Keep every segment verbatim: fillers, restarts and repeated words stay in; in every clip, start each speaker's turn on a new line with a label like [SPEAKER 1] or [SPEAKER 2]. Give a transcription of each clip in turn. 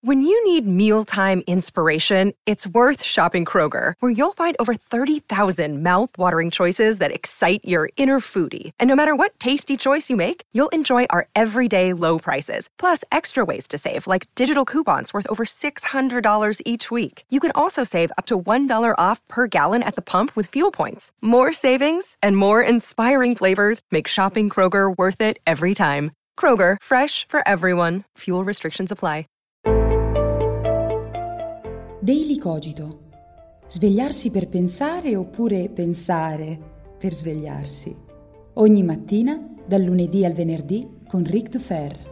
[SPEAKER 1] When you need mealtime inspiration, it's worth shopping Kroger, where you'll find over thirty thousand mouth-watering choices that excite your inner foodie. And no matter what tasty choice you make, you'll enjoy our everyday low prices, plus extra ways to save, like digital coupons worth over six hundred dollars each week. You can also save up to one dollar off per gallon at the pump with fuel points. More savings and more inspiring flavors make shopping Kroger worth it every time. Kroger, fresh for everyone. Fuel restrictions apply.
[SPEAKER 2] Daily Cogito. Svegliarsi per pensare oppure pensare per svegliarsi. Ogni mattina, dal lunedì al venerdì, con Ric Dufer.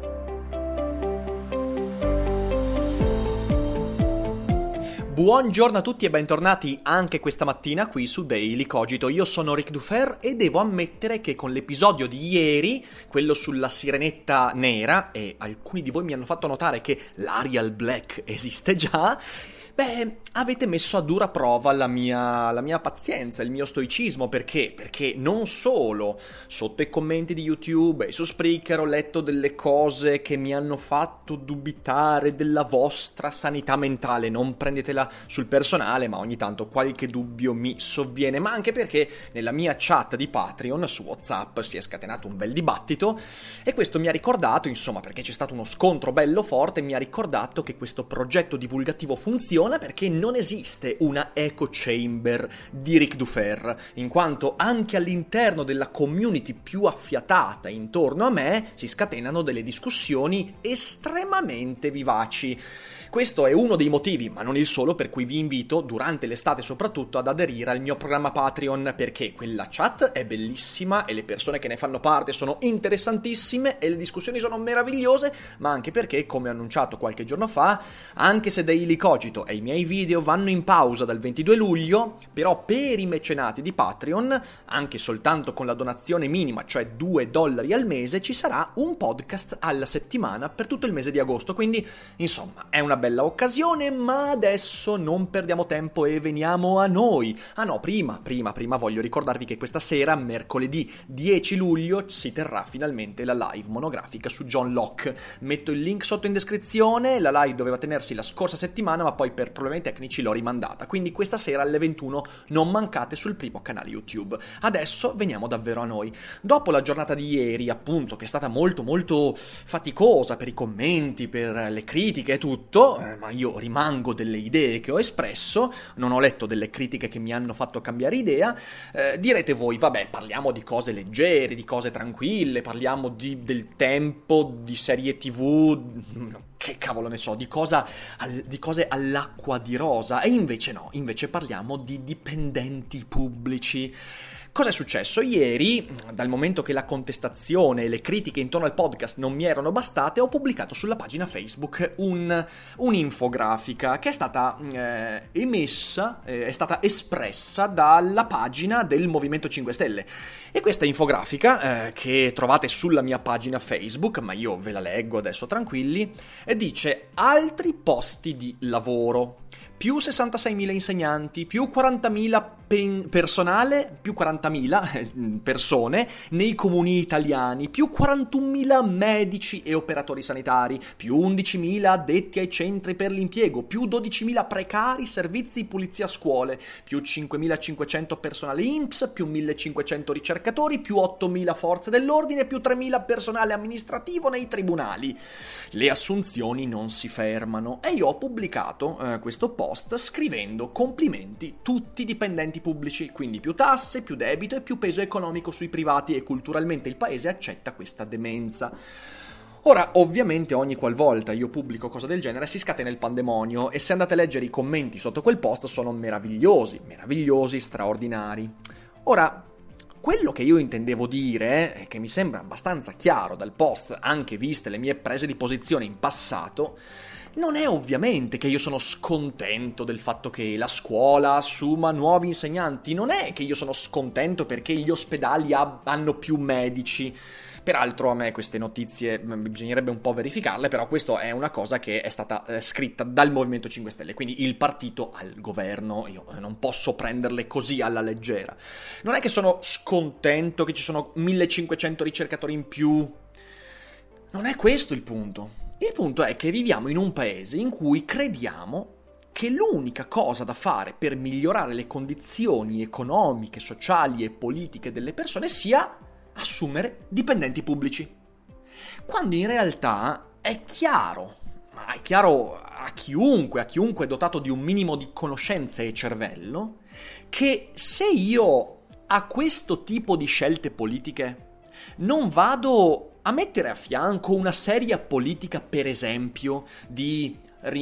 [SPEAKER 3] Buongiorno a tutti e bentornati anche questa mattina qui su Daily Cogito. Io sono Ric Dufer e devo ammettere che con l'episodio di ieri, quello sulla sirenetta nera, e alcuni di voi mi hanno fatto notare che l'Arial Black esiste già, beh, avete messo a dura prova la mia, la mia pazienza, il mio stoicismo. Perché? Perché non solo sotto i commenti di YouTube e su Spreaker ho letto delle cose che mi hanno fatto dubitare della vostra sanità mentale, non prendetela sul personale, ma ogni tanto qualche dubbio mi sovviene, ma anche perché nella mia chat di Patreon su WhatsApp si è scatenato un bel dibattito e questo mi ha ricordato, insomma, perché c'è stato uno scontro bello forte, mi ha ricordato che questo progetto divulgativo funziona perché non esiste una echo chamber di Ric Dufer, in quanto anche all'interno della community più affiatata intorno a me si scatenano delle discussioni estremamente vivaci. Questo è uno dei motivi, ma non il solo, per cui vi invito, durante l'estate soprattutto, ad aderire al mio programma Patreon, perché quella chat è bellissima e le persone che ne fanno parte sono interessantissime e le discussioni sono meravigliose, ma anche perché, come annunciato qualche giorno fa, anche se Daily Cogito e i miei video vanno in pausa dal ventidue luglio, però per i mecenati di Patreon, anche soltanto con la donazione minima, cioè due dollari al mese, ci sarà un podcast alla settimana per tutto il mese di agosto, quindi insomma è una bella occasione, ma adesso non perdiamo tempo e veniamo a noi. Ah no, prima, prima, prima voglio ricordarvi che questa sera, mercoledì dieci luglio, si terrà finalmente la live monografica su John Locke. Metto il link sotto in descrizione, la live doveva tenersi la scorsa settimana, ma poi per problemi tecnici l'ho rimandata, quindi questa sera alle ventuno non mancate sul primo canale YouTube. Adesso veniamo davvero a noi. Dopo la giornata di ieri, appunto, che è stata molto molto faticosa per i commenti, per le critiche e tutto, ma io rimango delle idee che ho espresso, non ho letto delle critiche che mi hanno fatto cambiare idea. Eh, direte voi, vabbè, parliamo di cose leggere, di cose tranquille, parliamo di, del tempo, di serie tivù, che cavolo ne so, di, cosa, di cose all'acqua di rosa, e invece no, invece parliamo di dipendenti pubblici. Cosa è successo? Ieri, dal momento che la contestazione e le critiche intorno al podcast non mi erano bastate, ho pubblicato sulla pagina Facebook un, un'infografica che è stata eh, emessa, eh, è stata espressa dalla pagina del Movimento cinque Stelle. E questa infografica, eh, che trovate sulla mia pagina Facebook, ma io ve la leggo adesso tranquilli, eh, dice: altri posti di lavoro, più sessantaseimila insegnanti, più quarantamila pen- personale, più quarantamila persone nei comuni italiani, più quarantunomila medici e operatori sanitari, più undicimila addetti ai centri per l'impiego, più dodicimila precari servizi pulizia scuole, più cinquemilacinquecento personale I N P S, più millecinquecento ricercatori, più ottomila forze dell'ordine, più tremila personale amministrativo nei tribunali. Le assunzioni non si fermano e io ho pubblicato eh, questo post scrivendo: complimenti, tutti dipendenti pubblici, quindi più tasse, più debito e più peso economico sui privati, e culturalmente il paese accetta questa demenza. Ora, ovviamente ogni qualvolta io pubblico cosa del genere si scatena il pandemonio, e se andate a leggere i commenti sotto quel post sono meravigliosi, meravigliosi, straordinari. Ora, quello che io intendevo dire, e che mi sembra abbastanza chiaro dal post, anche viste le mie prese di posizione in passato, non è ovviamente che io sono scontento del fatto che la scuola assuma nuovi insegnanti, non è che io sono scontento perché gli ospedali ab- hanno più medici. Peraltro a me queste notizie bisognerebbe un po' verificarle, però questa è una cosa che è stata eh, scritta dal Movimento cinque Stelle, quindi il partito al governo, io non posso prenderle così alla leggera. Non è che sono scontento che ci sono millecinquecento ricercatori in più, non è questo il punto. Il punto è che viviamo in un paese in cui crediamo che l'unica cosa da fare per migliorare le condizioni economiche, sociali e politiche delle persone sia assumere dipendenti pubblici. Quando in realtà è chiaro, ma è chiaro a chiunque, a chiunque dotato di un minimo di conoscenze e cervello, che se io a questo tipo di scelte politiche non vado a mettere a fianco una seria politica, per esempio, di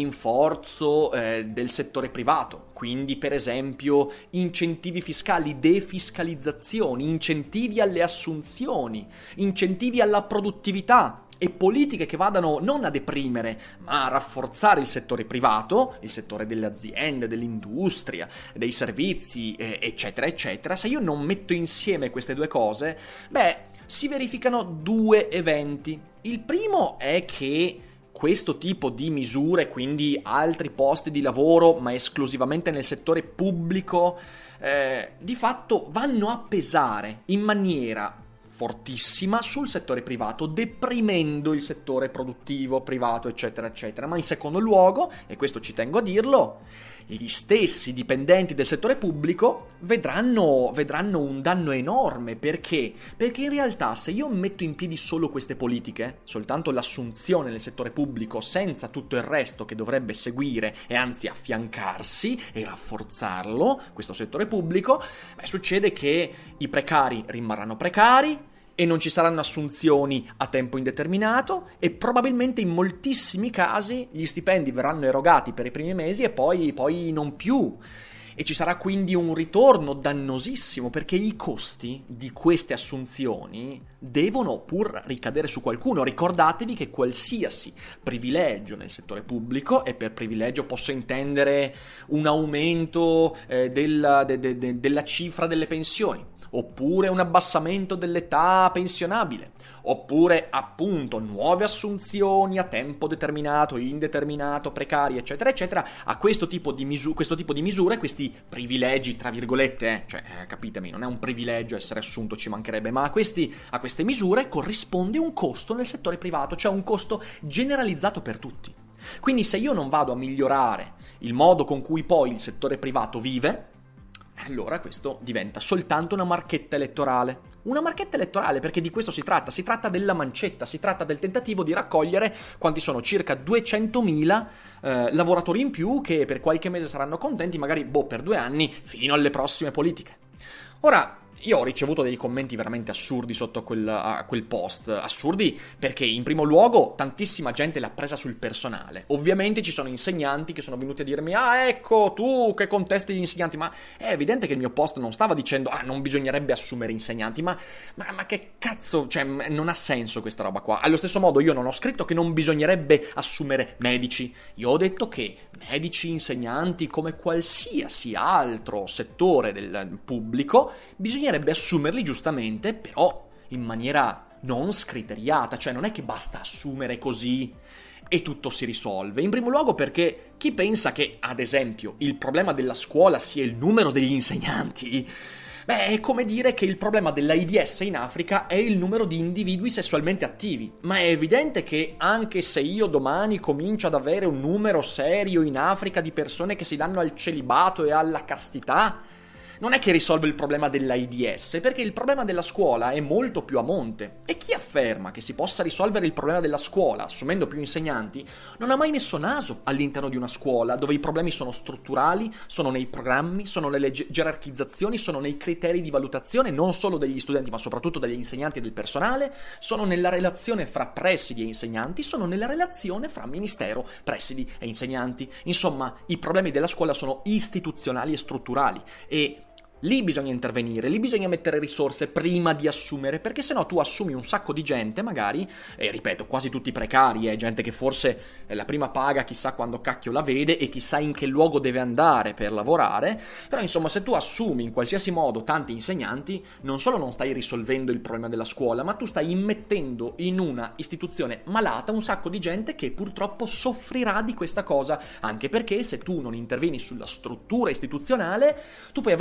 [SPEAKER 3] rinforzo eh, del settore privato, quindi per esempio incentivi fiscali, defiscalizzazioni, incentivi alle assunzioni, incentivi alla produttività e politiche che vadano non a deprimere ma a rafforzare il settore privato, il settore delle aziende, dell'industria, dei servizi, eh, eccetera eccetera. Se io non metto insieme queste due cose, beh, si verificano due eventi. Il primo è che questo tipo di misure, quindi altri posti di lavoro, ma esclusivamente nel settore pubblico, eh, di fatto vanno a pesare in maniera fortissima sul settore privato, deprimendo il settore produttivo, privato, eccetera, eccetera. Ma in secondo luogo, e questo ci tengo a dirlo, gli stessi dipendenti del settore pubblico vedranno, vedranno un danno enorme. Perché? Perché in realtà se io metto in piedi solo queste politiche, soltanto l'assunzione nel settore pubblico, senza tutto il resto che dovrebbe seguire e anzi affiancarsi e rafforzarlo, questo settore pubblico, beh, succede che i precari rimarranno precari, e non ci saranno assunzioni a tempo indeterminato e probabilmente in moltissimi casi gli stipendi verranno erogati per i primi mesi e poi, poi non più. E ci sarà quindi un ritorno dannosissimo, perché i costi di queste assunzioni devono pur ricadere su qualcuno. Ricordatevi che qualsiasi privilegio nel settore pubblico, e per privilegio posso intendere un aumento eh, della, de, de, de, della cifra delle pensioni, oppure un abbassamento dell'età pensionabile, oppure appunto nuove assunzioni a tempo determinato, indeterminato, precari, eccetera, eccetera, a questo tipo di, misu- questo tipo di misure, questi privilegi, tra virgolette, eh, cioè eh, capitemi, non è un privilegio essere assunto, ci mancherebbe, ma a, questi, a queste misure corrisponde un costo nel settore privato, cioè un costo generalizzato per tutti. Quindi se io non vado a migliorare il modo con cui poi il settore privato vive, allora questo diventa soltanto una marchetta elettorale. Una marchetta elettorale perché di questo si tratta, si tratta della mancetta, si tratta del tentativo di raccogliere quanti sono circa duecentomila eh, lavoratori in più che per qualche mese saranno contenti, magari boh, per due anni, fino alle prossime politiche. Ora, io ho ricevuto dei commenti veramente assurdi sotto a quel, a quel post, assurdi perché in primo luogo tantissima gente l'ha presa sul personale. Ovviamente ci sono insegnanti che sono venuti a dirmi: ah, ecco, tu che contesti gli insegnanti, ma è evidente che il mio post non stava dicendo ah, non bisognerebbe assumere insegnanti, ma, ma, ma che cazzo, cioè non ha senso questa roba qua. Allo stesso modo io non ho scritto che non bisognerebbe assumere medici, io ho detto che medici, insegnanti, come qualsiasi altro settore del pubblico, bisognerebbe assumerli giustamente, però in maniera non scriteriata, cioè non è che basta assumere così e tutto si risolve. In primo luogo perché chi pensa che, ad esempio, il problema della scuola sia il numero degli insegnanti, beh, è come dire che il problema dell'AIDS in Africa è il numero di individui sessualmente attivi. Ma è evidente che anche se io domani comincio ad avere un numero serio in Africa di persone che si danno al celibato e alla castità, non è che risolve il problema dell'AIDS, perché il problema della scuola è molto più a monte. E chi afferma che si possa risolvere il problema della scuola assumendo più insegnanti non ha mai messo naso all'interno di una scuola dove i problemi sono strutturali, sono nei programmi, sono nelle gerarchizzazioni, sono nei criteri di valutazione non solo degli studenti ma soprattutto degli insegnanti e del personale, sono nella relazione fra presidi e insegnanti, sono nella relazione fra ministero, presidi e insegnanti. Insomma, i problemi della scuola sono istituzionali e strutturali e lì bisogna intervenire, lì bisogna mettere risorse prima di assumere, perché sennò tu assumi un sacco di gente, magari, e ripeto, quasi tutti precari, eh, gente che forse la prima paga chissà quando cacchio la vede e chissà in che luogo deve andare per lavorare, però insomma se tu assumi in qualsiasi modo tanti insegnanti, non solo non stai risolvendo il problema della scuola, ma tu stai immettendo in una istituzione malata un sacco di gente che purtroppo soffrirà di questa cosa, anche perché se tu non intervieni sulla struttura istituzionale, tu puoi avere anche gli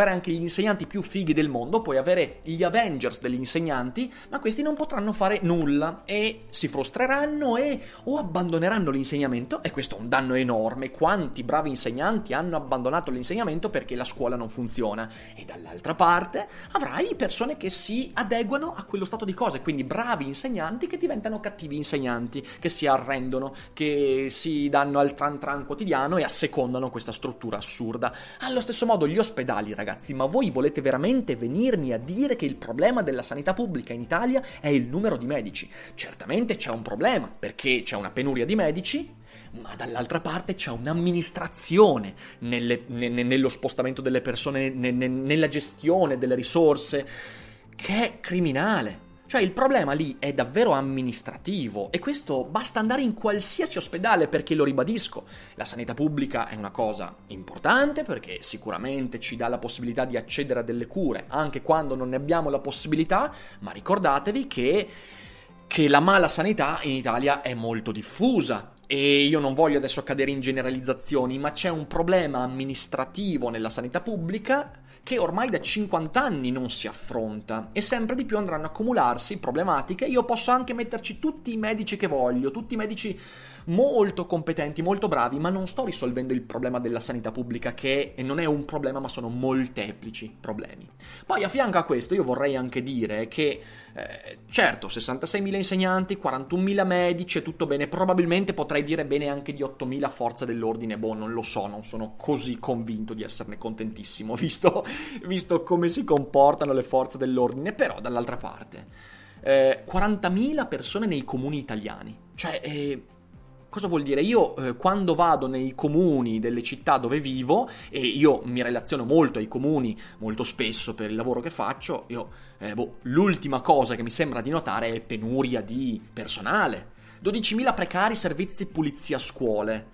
[SPEAKER 3] insegnanti più fighi del mondo, puoi avere gli Avengers degli insegnanti, ma questi non potranno fare nulla e si frustreranno e o abbandoneranno l'insegnamento, e questo è un danno enorme. Quanti bravi insegnanti hanno abbandonato l'insegnamento perché la scuola non funziona? E dall'altra parte avrai persone che si adeguano a quello stato di cose, quindi bravi insegnanti che diventano cattivi insegnanti, che si arrendono, che si danno al tran tran quotidiano e assecondano questa struttura assurda. Allo stesso modo gli ospedali, ragazzi, ma voi volete veramente venirmi a dire che il problema della sanità pubblica in Italia è il numero di medici? Certamente c'è un problema, perché c'è una penuria di medici, ma dall'altra parte c'è un'amministrazione nelle, ne, nello spostamento delle persone, ne, ne, nella gestione delle risorse, che è criminale. Cioè il problema lì è davvero amministrativo, e questo basta andare in qualsiasi ospedale, perché lo ribadisco, la sanità pubblica è una cosa importante perché sicuramente ci dà la possibilità di accedere a delle cure anche quando non ne abbiamo la possibilità, ma ricordatevi che, che la mala sanità in Italia è molto diffusa. E io non voglio adesso cadere in generalizzazioni, ma c'è un problema amministrativo nella sanità pubblica che ormai da cinquanta anni non si affronta, e sempre di più andranno a accumularsi problematiche. Io posso anche metterci tutti i medici che voglio, tutti i medici molto competenti, molto bravi, ma non sto risolvendo il problema della sanità pubblica, che non è un problema ma sono molteplici problemi. Poi a fianco a questo io vorrei anche dire che eh, certo, sessantaseimila insegnanti, quarantunomila medici, è tutto bene, probabilmente potrei dire bene anche di ottomila forze dell'ordine, boh, non lo so, non sono così convinto di esserne contentissimo, visto, visto come si comportano le forze dell'ordine. Però dall'altra parte eh, quarantamila persone nei comuni italiani, cioè eh, cosa vuol dire? Io eh, quando vado nei comuni delle città dove vivo, e io mi relaziono molto ai comuni molto spesso per il lavoro che faccio, io eh, boh, l'ultima cosa che mi sembra di notare è penuria di personale. dodicimila precari servizi pulizia scuole.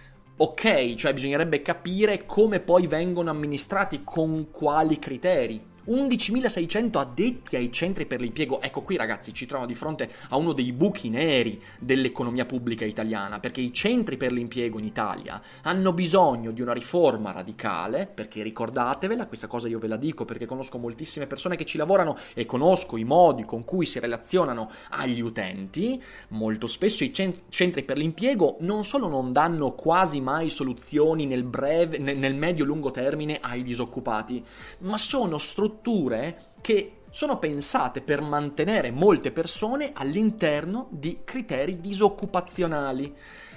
[SPEAKER 3] Ok, cioè bisognerebbe capire come poi vengono amministrati, con quali criteri. undicimilaseicento addetti ai centri per l'impiego. Ecco, qui ragazzi ci troviamo di fronte a uno dei buchi neri dell'economia pubblica italiana, perché i centri per l'impiego in Italia hanno bisogno di una riforma radicale, perché ricordatevela, questa cosa io ve la dico perché conosco moltissime persone che ci lavorano e conosco i modi con cui si relazionano agli utenti. Molto spesso i centri per l'impiego non solo non danno quasi mai soluzioni nel breve, nel medio-lungo termine ai disoccupati, ma sono strutture che sono pensate per mantenere molte persone all'interno di criteri disoccupazionali.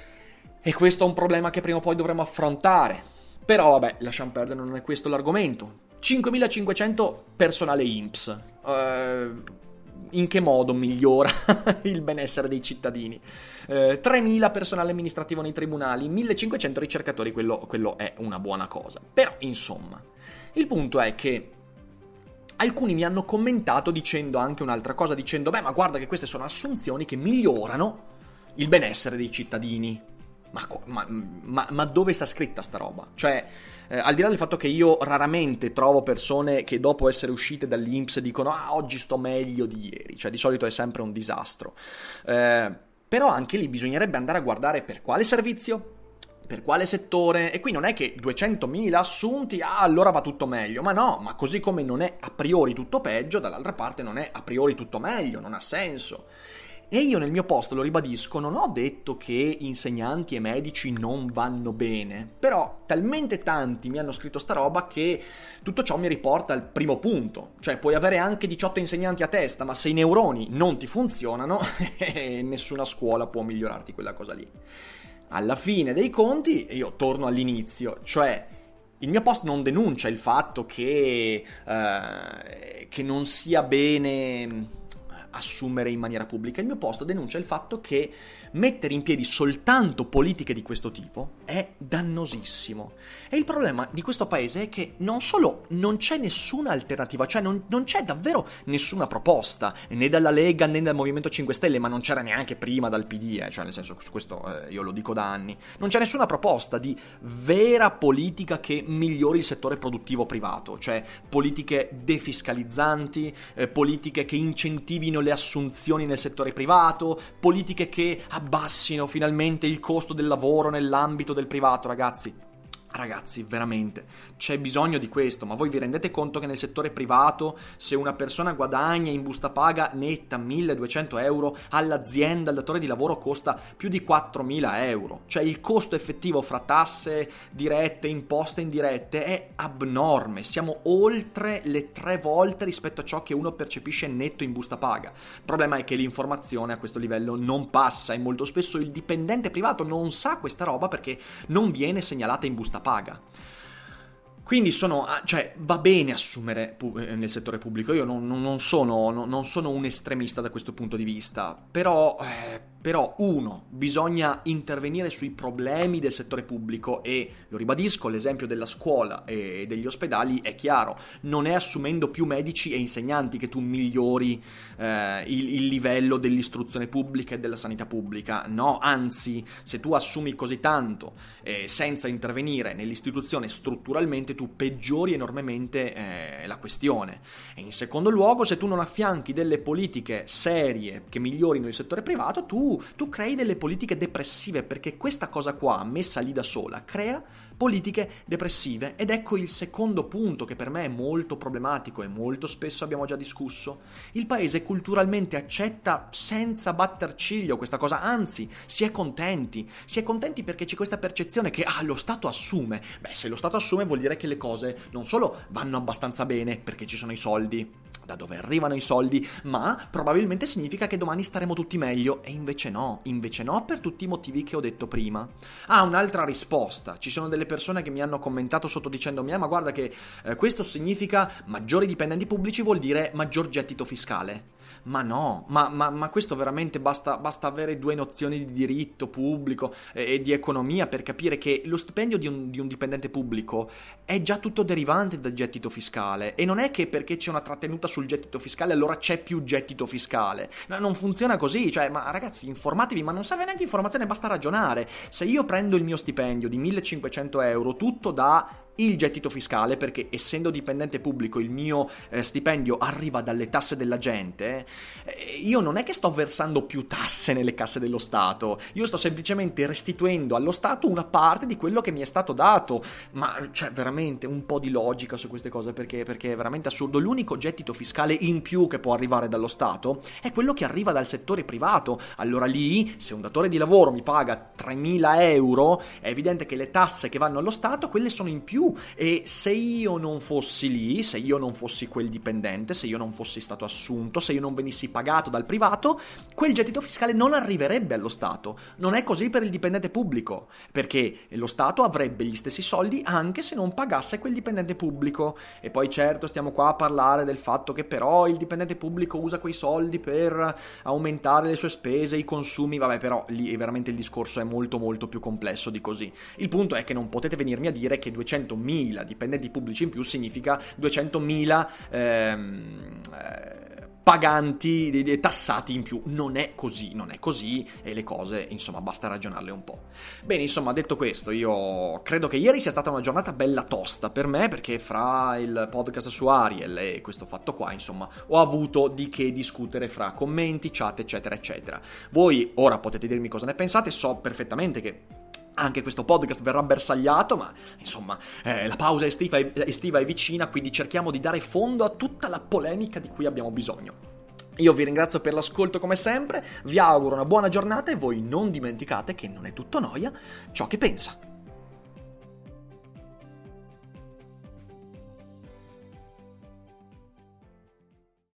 [SPEAKER 3] E questo è un problema che prima o poi dovremo affrontare. Però vabbè, lasciamo perdere, non è questo l'argomento. cinquemilacinquecento personale I N P S. Uh, in che modo migliora il benessere dei cittadini? Uh, tremila personale amministrativo nei tribunali, millecinquecento ricercatori, quello, quello è una buona cosa. Però, insomma, il punto è che alcuni mi hanno commentato dicendo anche un'altra cosa, dicendo beh, ma guarda che queste sono assunzioni che migliorano il benessere dei cittadini. Ma, ma, ma, ma dove sta scritta sta roba? Cioè, eh, al di là del fatto che io raramente trovo persone che dopo essere uscite dall'I N P S dicono ah, oggi sto meglio di ieri, cioè di solito è sempre un disastro. Eh, però anche lì bisognerebbe andare a guardare per quale servizio, per quale settore, e qui non è che duecentomila assunti, ah, allora va tutto meglio, ma no, ma così come non è a priori tutto peggio, dall'altra parte non è a priori tutto meglio, non ha senso. E io nel mio post, lo ribadisco, non ho detto che insegnanti e medici non vanno bene, però talmente tanti mi hanno scritto sta roba che tutto ciò mi riporta al primo punto, cioè puoi avere anche diciotto insegnanti a testa, ma se i neuroni non ti funzionano, nessuna scuola può migliorarti quella cosa lì. Alla fine dei conti, io torno all'inizio, cioè il mio post non denuncia il fatto che, eh, che non sia bene assumere in maniera pubblica. Il mio post denuncia il fatto che mettere in piedi soltanto politiche di questo tipo è dannosissimo. E il problema di questo paese è che non solo non c'è nessuna alternativa, cioè non, non c'è davvero nessuna proposta, né dalla Lega né dal Movimento cinque Stelle, ma non c'era neanche prima dal P D, eh, cioè nel senso, questo eh, io lo dico da anni, non c'è nessuna proposta di vera politica che migliori il settore produttivo privato, cioè politiche defiscalizzanti, eh, politiche che incentivino le assunzioni nel settore privato, politiche che abbassino finalmente il costo del lavoro nell'ambito del privato. Ragazzi, Ragazzi, veramente, c'è bisogno di questo, ma voi vi rendete conto che nel settore privato, se una persona guadagna in busta paga netta milleduecento euro, all'azienda, al datore di lavoro costa più di quattromila euro? Cioè il costo effettivo fra tasse dirette, imposte indirette è abnorme, siamo oltre le tre volte rispetto a ciò che uno percepisce netto in busta paga. Il problema è che l'informazione a questo livello non passa e molto spesso il dipendente privato non sa questa roba perché non viene segnalata in busta paga. Quindi sono, cioè, va bene assumere nel settore pubblico, io non, non, sono, non sono un estremista da questo punto di vista, però, eh, però uno, bisogna intervenire sui problemi del settore pubblico e, lo ribadisco, l'esempio della scuola e degli ospedali è chiaro, non è assumendo più medici e insegnanti che tu migliori eh, il, il livello dell'istruzione pubblica e della sanità pubblica, no, anzi, se tu assumi così tanto eh, senza intervenire nell'istituzione strutturalmente, tu peggiori enormemente eh, la questione. E in secondo luogo, se tu non affianchi delle politiche serie che migliorino il settore privato, tu, tu crei delle politiche depressive, perché questa cosa qua, messa lì da sola, crea politiche depressive. Ed ecco il secondo punto che per me è molto problematico e molto spesso abbiamo già discusso. Il paese culturalmente accetta senza batter ciglio questa cosa, anzi si è contenti, si è contenti perché c'è questa percezione che ah, lo Stato assume. Beh, se lo Stato assume vuol dire che le cose non solo vanno abbastanza bene perché ci sono i soldi, da dove arrivano i soldi, ma probabilmente significa che domani staremo tutti meglio, e invece no, invece no per tutti i motivi che ho detto prima. Ah, un'altra risposta, ci sono delle persone che mi hanno commentato sotto dicendomi ah, ma guarda che eh, questo significa maggiori dipendenti pubblici, vuol dire maggior gettito fiscale. Ma no, ma, ma, ma questo veramente basta, basta avere due nozioni di diritto pubblico e, e di economia per capire che lo stipendio di un, di un dipendente pubblico è già tutto derivante dal gettito fiscale, e non è che perché c'è una trattenuta sul gettito fiscale allora c'è più gettito fiscale. No, non funziona così, cioè, ma ragazzi, informatevi, ma non serve neanche informazione, basta ragionare. Se io prendo il mio stipendio di millecinquecento euro, tutto da il gettito fiscale, perché essendo dipendente pubblico il mio eh, stipendio arriva dalle tasse della gente, eh, io non è che sto versando più tasse nelle casse dello Stato, io sto semplicemente restituendo allo Stato una parte di quello che mi è stato dato. Ma cioè veramente un po' di logica su queste cose, perché, perché è veramente assurdo. L'unico gettito fiscale in più che può arrivare dallo Stato è quello che arriva dal settore privato. Allora lì, se un datore di lavoro mi paga tremila euro, è evidente che le tasse che vanno allo Stato, quelle sono in più. E se io non fossi lì, se io non fossi quel dipendente, se io non fossi stato assunto, se io non venissi pagato dal privato, quel gettito fiscale non arriverebbe allo Stato. Non è così per il dipendente pubblico, perché lo Stato avrebbe gli stessi soldi anche se non pagasse quel dipendente pubblico. E poi certo stiamo qua a parlare del fatto che però il dipendente pubblico usa quei soldi per aumentare le sue spese, i consumi, vabbè, però lì veramente il discorso è molto molto più complesso di così. Il punto è che non potete venirmi a dire che duecentomila dipendenti pubblici in più significa duecentomila ehm, eh, paganti, tassati in più. Non è così, non è così, e le cose, insomma, basta ragionarle un po'. Bene, insomma, detto questo, io credo che ieri sia stata una giornata bella tosta per me, perché fra il podcast su Ariel e questo fatto qua, insomma, ho avuto di che discutere fra commenti, chat, eccetera, eccetera. Voi ora potete dirmi cosa ne pensate, so perfettamente che anche questo podcast verrà bersagliato, ma insomma eh, la pausa estiva è, estiva è vicina, quindi cerchiamo di dare fondo a tutta la polemica di cui abbiamo bisogno. Io vi ringrazio per l'ascolto come sempre, vi auguro una buona giornata e voi non dimenticate che non è tutto noia ciò che pensa.